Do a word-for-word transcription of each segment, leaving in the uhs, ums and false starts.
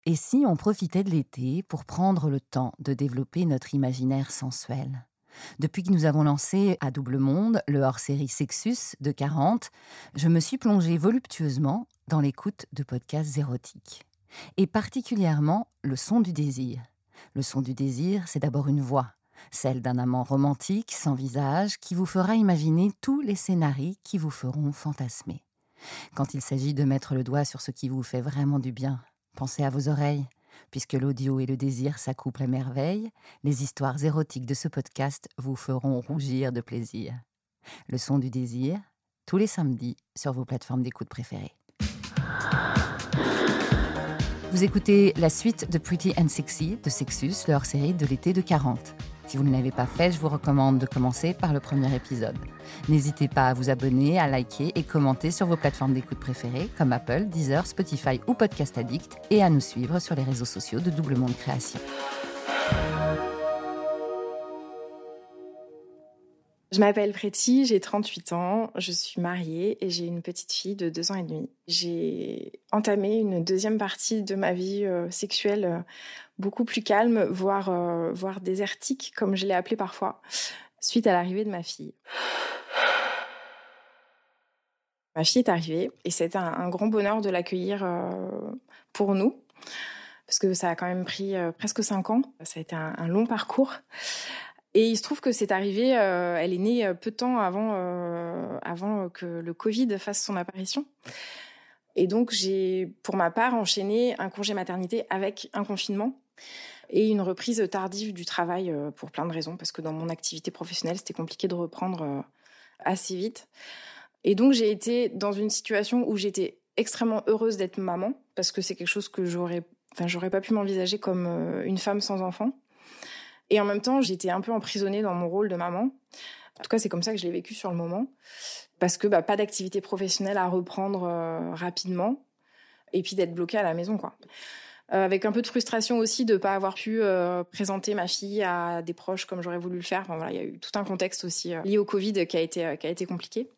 Et si on profitait de l'été pour prendre le temps de développer notre imaginaire sensuel ? Depuis que nous avons lancé à Double Monde le hors-série Sexus de quarante, je me suis plongée voluptueusement dans l'écoute de podcasts érotiques. Et particulièrement le son du désir. Le son du désir, c'est d'abord une voix, celle d'un amant romantique sans visage qui vous fera imaginer tous les scénarios qui vous feront fantasmer. Quand il s'agit de mettre le doigt sur ce qui vous fait vraiment du bien, pensez à vos oreilles. Puisque l'audio et le désir s'accouplent à merveille, les histoires érotiques de ce podcast vous feront rougir de plaisir. Le son du désir, tous les samedis sur vos plateformes d'écoute préférées. Vous écoutez la suite de Pretty and Sexy de Sexus, le hors-série de l'été de quarante. Si vous ne l'avez pas fait, je vous recommande de commencer par le premier épisode. N'hésitez pas à vous abonner, à liker et commenter sur vos plateformes d'écoute préférées comme Apple, Deezer, Spotify ou Podcast Addict et à nous suivre sur les réseaux sociaux de Double Monde Création. Je m'appelle Pretty, j'ai trente-huit ans, je suis mariée et j'ai une petite fille de deux ans et demi. J'ai entamé une deuxième partie de ma vie euh, sexuelle euh, beaucoup plus calme, voire, euh, voire désertique, comme je l'ai appelée parfois, suite à l'arrivée de ma fille. Ma fille est arrivée et c'était un, un grand bonheur de l'accueillir euh, pour nous, parce que ça a quand même pris euh, presque cinq ans. Ça a été un, un long parcours. Et il se trouve que c'est arrivé, euh, elle est née peu de temps avant, euh, avant que le Covid fasse son apparition. Et donc, j'ai, pour ma part, enchaîné un congé maternité avec un confinement et une reprise tardive du travail euh, pour plein de raisons, parce que dans mon activité professionnelle, c'était compliqué de reprendre euh, assez vite. Et donc, j'ai été dans une situation où j'étais extrêmement heureuse d'être maman, parce que c'est quelque chose que j'aurais, enfin, j'aurais pas pu m'envisager comme euh, une femme sans enfant. Et en même temps, j'étais un peu emprisonnée dans mon rôle de maman. En tout cas, c'est comme ça que je l'ai vécu sur le moment. Parce que bah, pas d'activité professionnelle à reprendre euh, rapidement. Et puis d'être bloquée à la maison, quoi. Euh, avec un peu de frustration aussi de ne pas avoir pu euh, présenter ma fille à des proches comme j'aurais voulu le faire. Enfin, voilà, il y a eu tout un contexte aussi euh, lié au Covid qui a été, euh, qui a été compliqué.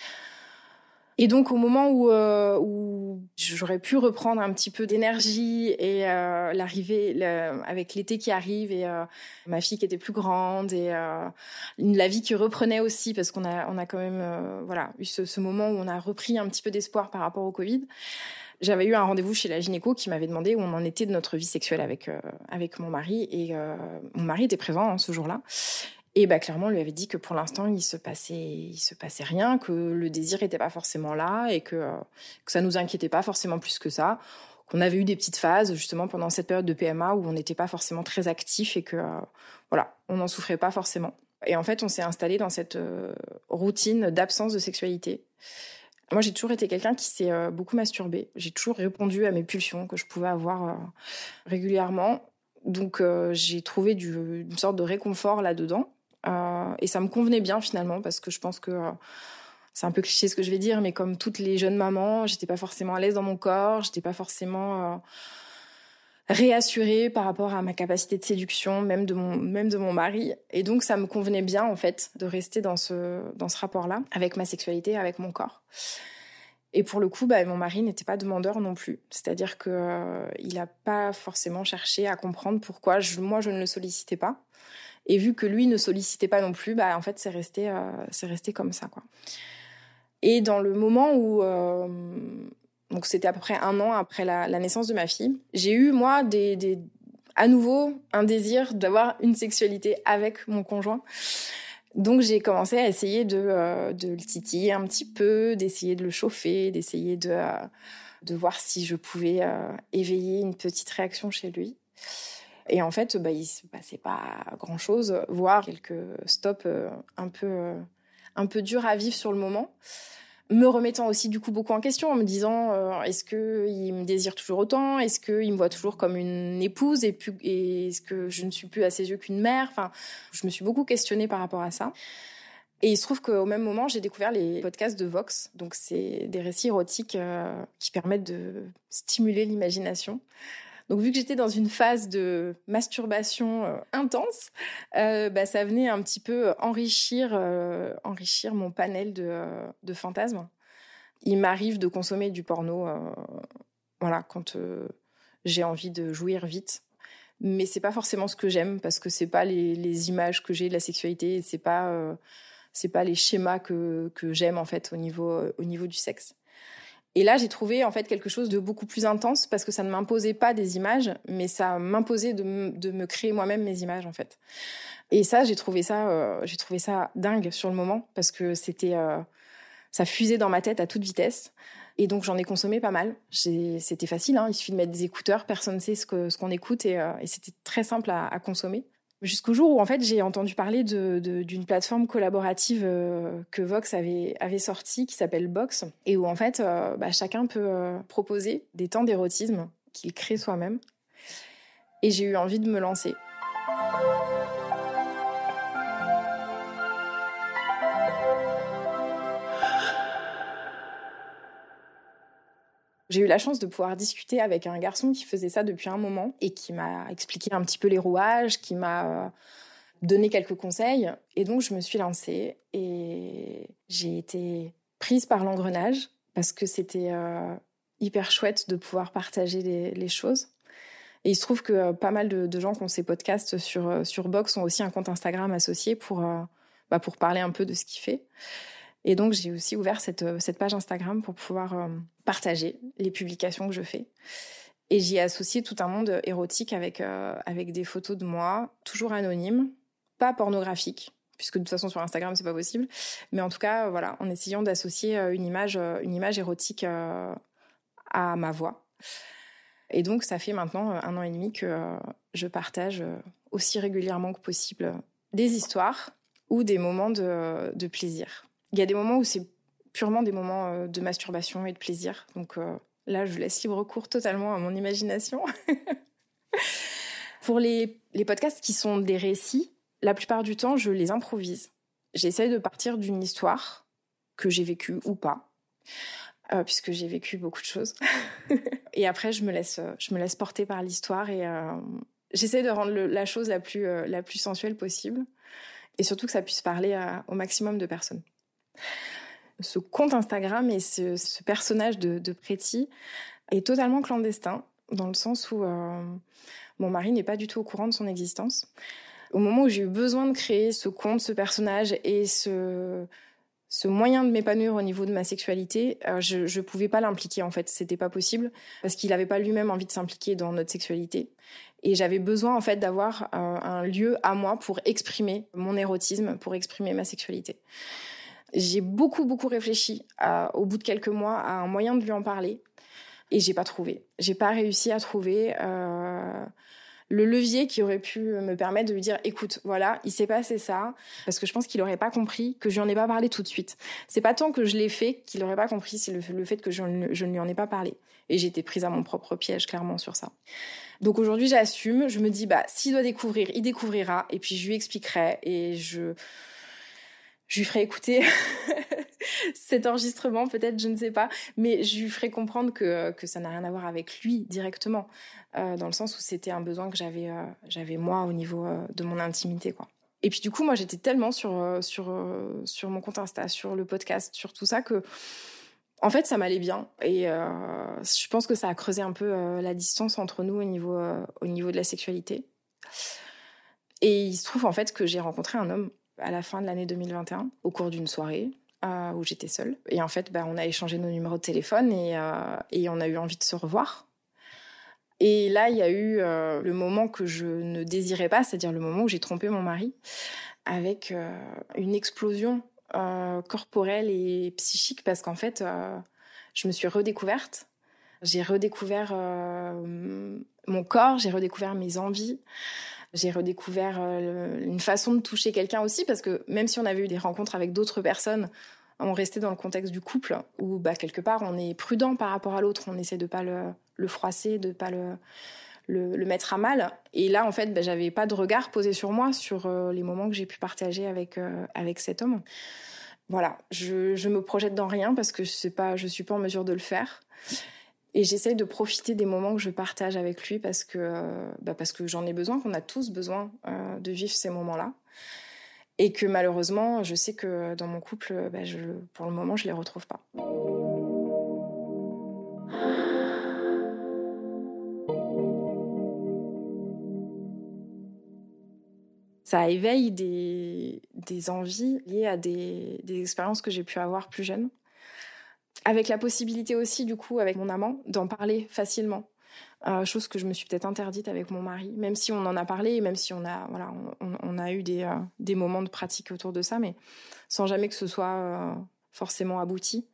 Et donc, au moment où, euh, où j'aurais pu reprendre un petit peu d'énergie et euh, l'arrivée le, avec l'été qui arrive et euh, ma fille qui était plus grande et euh, la vie qui reprenait aussi parce qu'on a, on a quand même euh, voilà, eu ce, ce moment où on a repris un petit peu d'espoir par rapport au Covid. J'avais eu un rendez-vous chez la gynéco qui m'avait demandé où on en était de notre vie sexuelle avec, euh, avec mon mari. Et euh, mon mari était présent hein, ce jour-là. Et bah, clairement, on lui avait dit que pour l'instant, il se passait, il se passait rien, que le désir était pas forcément là et que, euh, que ça nous inquiétait pas forcément plus que ça. Qu'on avait eu des petites phases, justement, pendant cette période de P M A où on n'était pas forcément très actif et que, euh, voilà, on n'en souffrait pas forcément. Et en fait, on s'est installé dans cette euh, routine d'absence de sexualité. Moi, j'ai toujours été quelqu'un qui s'est euh, beaucoup masturbé. J'ai toujours répondu à mes pulsions que je pouvais avoir euh, régulièrement. Donc, euh, j'ai trouvé du, une sorte de réconfort là-dedans. Euh, et ça me convenait bien finalement parce que je pense que euh, c'est un peu cliché ce que je vais dire, mais comme toutes les jeunes mamans, j'étais pas forcément à l'aise dans mon corps, j'étais pas forcément euh, réassurée par rapport à ma capacité de séduction, même de mon même de mon mari. Et donc ça me convenait bien en fait de rester dans ce dans ce rapport-là avec ma sexualité, avec mon corps. Et pour le coup, bah, mon mari n'était pas demandeur non plus. C'est-à-dire que euh, il a pas forcément cherché à comprendre pourquoi je, moi je ne le sollicitais pas. Et vu que lui ne sollicitait pas non plus, bah en fait c'est resté, euh, c'est resté comme ça, quoi. Et dans le moment où, euh, donc c'était à peu près un an après la, la naissance de ma fille, j'ai eu moi des, des, à nouveau un désir d'avoir une sexualité avec mon conjoint. Donc j'ai commencé à essayer de, euh, de le titiller un petit peu, d'essayer de le chauffer, d'essayer de, euh, de voir si je pouvais euh, éveiller une petite réaction chez lui. Et en fait, bah, il se passait pas grand-chose, voire quelques stops euh, un peu, euh, un peu durs à vivre sur le moment. Me remettant aussi du coup beaucoup en question, en me disant euh, est-ce qu'il me désire toujours autant ? Est-ce qu'il me voit toujours comme une épouse ? Et, plus, et est-ce que je ne suis plus à ses yeux qu'une mère ? Enfin, je me suis beaucoup questionnée par rapport à ça. Et il se trouve qu'au même moment, j'ai découvert les podcasts de Vox. Donc, c'est des récits érotiques euh, qui permettent de stimuler l'imagination. Donc, vu que j'étais dans une phase de masturbation euh, intense, euh, bah, ça venait un petit peu enrichir, euh, enrichir mon panel de, euh, de fantasmes. Il m'arrive de consommer du porno, euh, voilà, quand euh, J'ai envie de jouir vite. Mais c'est pas forcément ce que j'aime parce que c'est pas les, les images que j'ai de la sexualité, c'est pas, euh, c'est pas les schémas que, que j'aime en fait au niveau, euh, au niveau du sexe. Et là, j'ai trouvé en fait quelque chose de beaucoup plus intense parce que ça ne m'imposait pas des images, mais ça m'imposait de, m- de me créer moi-même mes images en fait. Et ça, j'ai trouvé ça, euh, j'ai trouvé ça dingue sur le moment parce que c'était, euh, ça fusait dans ma tête à toute vitesse. Et donc, j'en ai consommé pas mal. J'ai... C'était facile, hein, il suffit de mettre des écouteurs, personne ne sait ce, que, ce qu'on écoute et, euh, et c'était très simple à, à consommer. Jusqu'au jour où, en fait, j'ai entendu parler de, de, d'une plateforme collaborative euh, que Vox avait, avait sortie, qui s'appelle Box, et où, en fait, euh, bah, chacun peut euh, proposer des temps d'érotisme qu'il crée soi-même. Et j'ai eu envie de me lancer. J'ai eu la chance de pouvoir discuter avec un garçon qui faisait ça depuis un moment et qui m'a expliqué un petit peu les rouages, qui m'a donné quelques conseils. Et donc, je me suis lancée et j'ai été prise par l'engrenage parce que c'était euh, hyper chouette de pouvoir partager les, les choses. Et il se trouve que euh, pas mal de, de gens qui ont ces podcasts sur, euh, sur Box ont aussi un compte Instagram associé pour, euh, bah, pour parler un peu de ce qu'il fait. Et donc, j'ai aussi ouvert cette, cette page Instagram pour pouvoir euh, partager les publications que je fais. Et j'y ai associé tout un monde érotique avec, euh, avec des photos de moi, toujours anonymes, pas pornographiques, puisque de toute façon sur Instagram, c'est pas possible. Mais en tout cas, voilà, en essayant d'associer une image, une image érotique euh, à ma voix. Et donc, ça fait maintenant un an et demi que euh, je partage euh, aussi régulièrement que possible des histoires ou des moments de, de plaisir. Il y a des moments où c'est purement des moments de masturbation et de plaisir. Donc euh, là, je laisse libre cours totalement à mon imagination. Pour les, les podcasts qui sont des récits, la plupart du temps, je les improvise. J'essaie de partir d'une histoire que j'ai vécue ou pas, euh, puisque j'ai vécu beaucoup de choses. Et après, je me laisse, je me laisse porter par l'histoire et euh, j'essaie de rendre le, la chose la plus, euh, la plus sensuelle possible. Et surtout que ça puisse parler à, au maximum de personnes. Ce compte Instagram et ce, ce personnage de, de Pretty est totalement clandestin, dans le sens où euh, mon mari n'est pas du tout au courant de son existence. Au moment où j'ai eu besoin de créer ce compte, ce personnage et ce, ce moyen de m'épanouir au niveau de ma sexualité, euh, je ne pouvais pas l'impliquer en fait, c'était pas possible, parce qu'il n'avait pas lui-même envie de s'impliquer dans notre sexualité. Et j'avais besoin en fait d'avoir euh, un lieu à moi pour exprimer mon érotisme, pour exprimer ma sexualité. J'ai beaucoup, beaucoup réfléchi à, au bout de quelques mois à un moyen de lui en parler et j'ai pas trouvé. J'ai pas réussi à trouver euh, le levier qui aurait pu me permettre de lui dire écoute, voilà, il s'est passé ça, parce que je pense qu'il aurait pas compris que je lui en ai pas parlé tout de suite. C'est pas tant que je l'ai fait qu'il aurait pas compris, c'est le, le fait que je, je ne lui en ai pas parlé. Et j'ai été prise à mon propre piège, clairement, sur ça. Donc aujourd'hui, j'assume, je me dis bah s'il doit découvrir, il découvrira, et puis je lui expliquerai et je Je lui ferai écouter cet enregistrement, peut-être, je ne sais pas, mais je lui ferai comprendre que, que ça n'a rien à voir avec lui directement, euh, dans le sens où c'était un besoin que j'avais, euh, j'avais moi au niveau euh, de mon intimité, quoi. Et puis du coup, moi, j'étais tellement sur, euh, sur, euh, sur mon compte Insta, sur le podcast, sur tout ça, que en fait, ça m'allait bien. Et euh, je pense que ça a creusé un peu euh, la distance entre nous au niveau, euh, au niveau de la sexualité. Et il se trouve en fait que j'ai rencontré un homme à la fin de l'année deux mille vingt et un, au cours d'une soirée euh, où j'étais seule. Et en fait, bah, on a échangé nos numéros de téléphone et, euh, et on a eu envie de se revoir. Et là, il y a eu euh, le moment que je ne désirais pas, c'est-à-dire le moment où j'ai trompé mon mari, avec euh, une explosion euh, corporelle et psychique, parce qu'en fait, euh, je me suis redécouverte. J'ai redécouvert euh, mon corps, j'ai redécouvert mes envies. J'ai redécouvert euh, une façon de toucher quelqu'un aussi, parce que même si on avait eu des rencontres avec d'autres personnes, on restait dans le contexte du couple, où bah, quelque part on est prudent par rapport à l'autre, on essaie de pas le, le froisser, de pas le, le, le mettre à mal. Et là, en fait, bah, j'avais pas de regard posé sur moi, sur euh, les moments que j'ai pu partager avec, euh, avec cet homme. Voilà, je, je me projette dans rien parce que je sais pas, je suis pas en mesure de le faire. Et j'essaye de profiter des moments que je partage avec lui parce que, euh, bah parce que j'en ai besoin, qu'on a tous besoin euh, de vivre ces moments-là. Et que malheureusement, je sais que dans mon couple, bah je, pour le moment, je ne les retrouve pas. Ça éveille des, des envies liées à des, des expériences que j'ai pu avoir plus jeune. Avec la possibilité aussi, du coup, avec mon amant, d'en parler facilement. Euh, chose que je me suis peut-être interdite avec mon mari, même si on en a parlé, même si on a, voilà, on, on a eu des, euh, des moments de pratique autour de ça, mais sans jamais que ce soit euh, forcément abouti.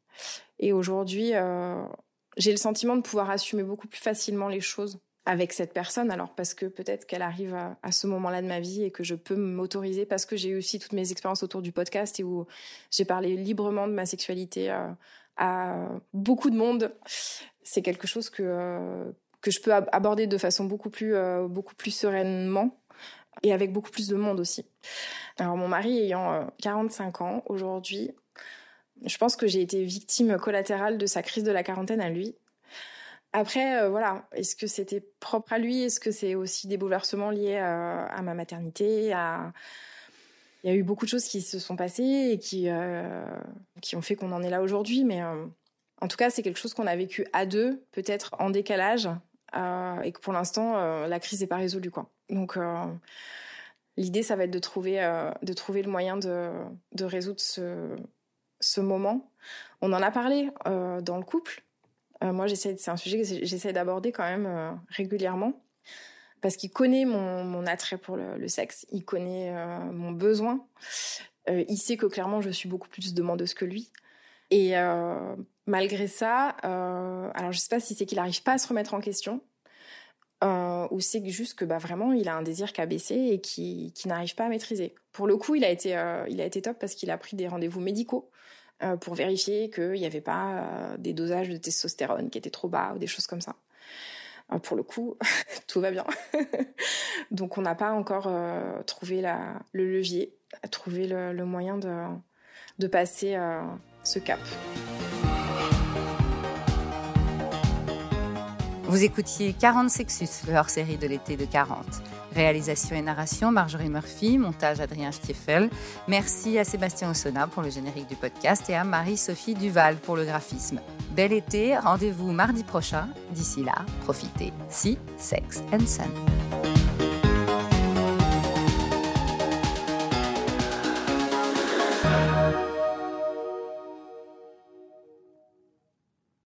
Et aujourd'hui, euh, j'ai le sentiment de pouvoir assumer beaucoup plus facilement les choses avec cette personne, alors parce que peut-être qu'elle arrive à, à ce moment-là de ma vie et que je peux m'autoriser, parce que j'ai eu aussi toutes mes expériences autour du podcast et où j'ai parlé librement de ma sexualité euh, à beaucoup de monde. C'est quelque chose que, euh, que je peux aborder de façon beaucoup plus, euh, beaucoup plus sereinement et avec beaucoup plus de monde aussi. Alors mon mari ayant euh, quarante-cinq ans aujourd'hui, je pense que j'ai été victime collatérale de sa crise de la quarantaine à lui. Après, euh, voilà, est-ce que c'était propre à lui? Est-ce que c'est aussi des bouleversements liés à, à ma maternité à... Il y a eu beaucoup de choses qui se sont passées et qui, euh, qui ont fait qu'on en est là aujourd'hui. Mais euh, en tout cas, c'est quelque chose qu'on a vécu à deux, peut-être en décalage, euh, et que pour l'instant, euh, la crise n'est pas résolue, quoi. Donc, euh, l'idée, ça va être de trouver, euh, de trouver le moyen de, de résoudre ce, ce moment. On en a parlé euh, dans le couple. Euh, moi, j'essaie, c'est un sujet que j'essaie d'aborder quand même euh, régulièrement, parce qu'il connaît mon, mon attrait pour le, le sexe, il connaît euh, mon besoin, euh, il sait que clairement je suis beaucoup plus demandeuse que lui. Et euh, malgré ça, euh, alors je sais pas si c'est qu'il n'arrive pas à se remettre en question, euh, ou c'est juste que bah, vraiment il a un désir qui a baissé et qui, qui n'arrive pas à maîtriser. Pour le coup, il a été, euh, il a été top parce qu'il a pris des rendez-vous médicaux euh, pour vérifier qu'il n'y avait pas euh, des dosages de testostérone qui étaient trop bas ou des choses comme ça. Euh, pour le coup, tout va bien. Donc on n'a pas encore euh, trouvé la, le levier, trouvé le, le moyen de, de passer euh, ce cap. Vous écoutiez quarante Sexus, le hors-série de l'été de quarante. Réalisation et narration, Marjorie Murphy, montage Adrien Stiefel. Merci à Sébastien Ossona pour le générique du podcast et à Marie-Sophie Duval pour le graphisme. Bel été, rendez-vous mardi prochain. D'ici là, profitez. Si, sex and sun.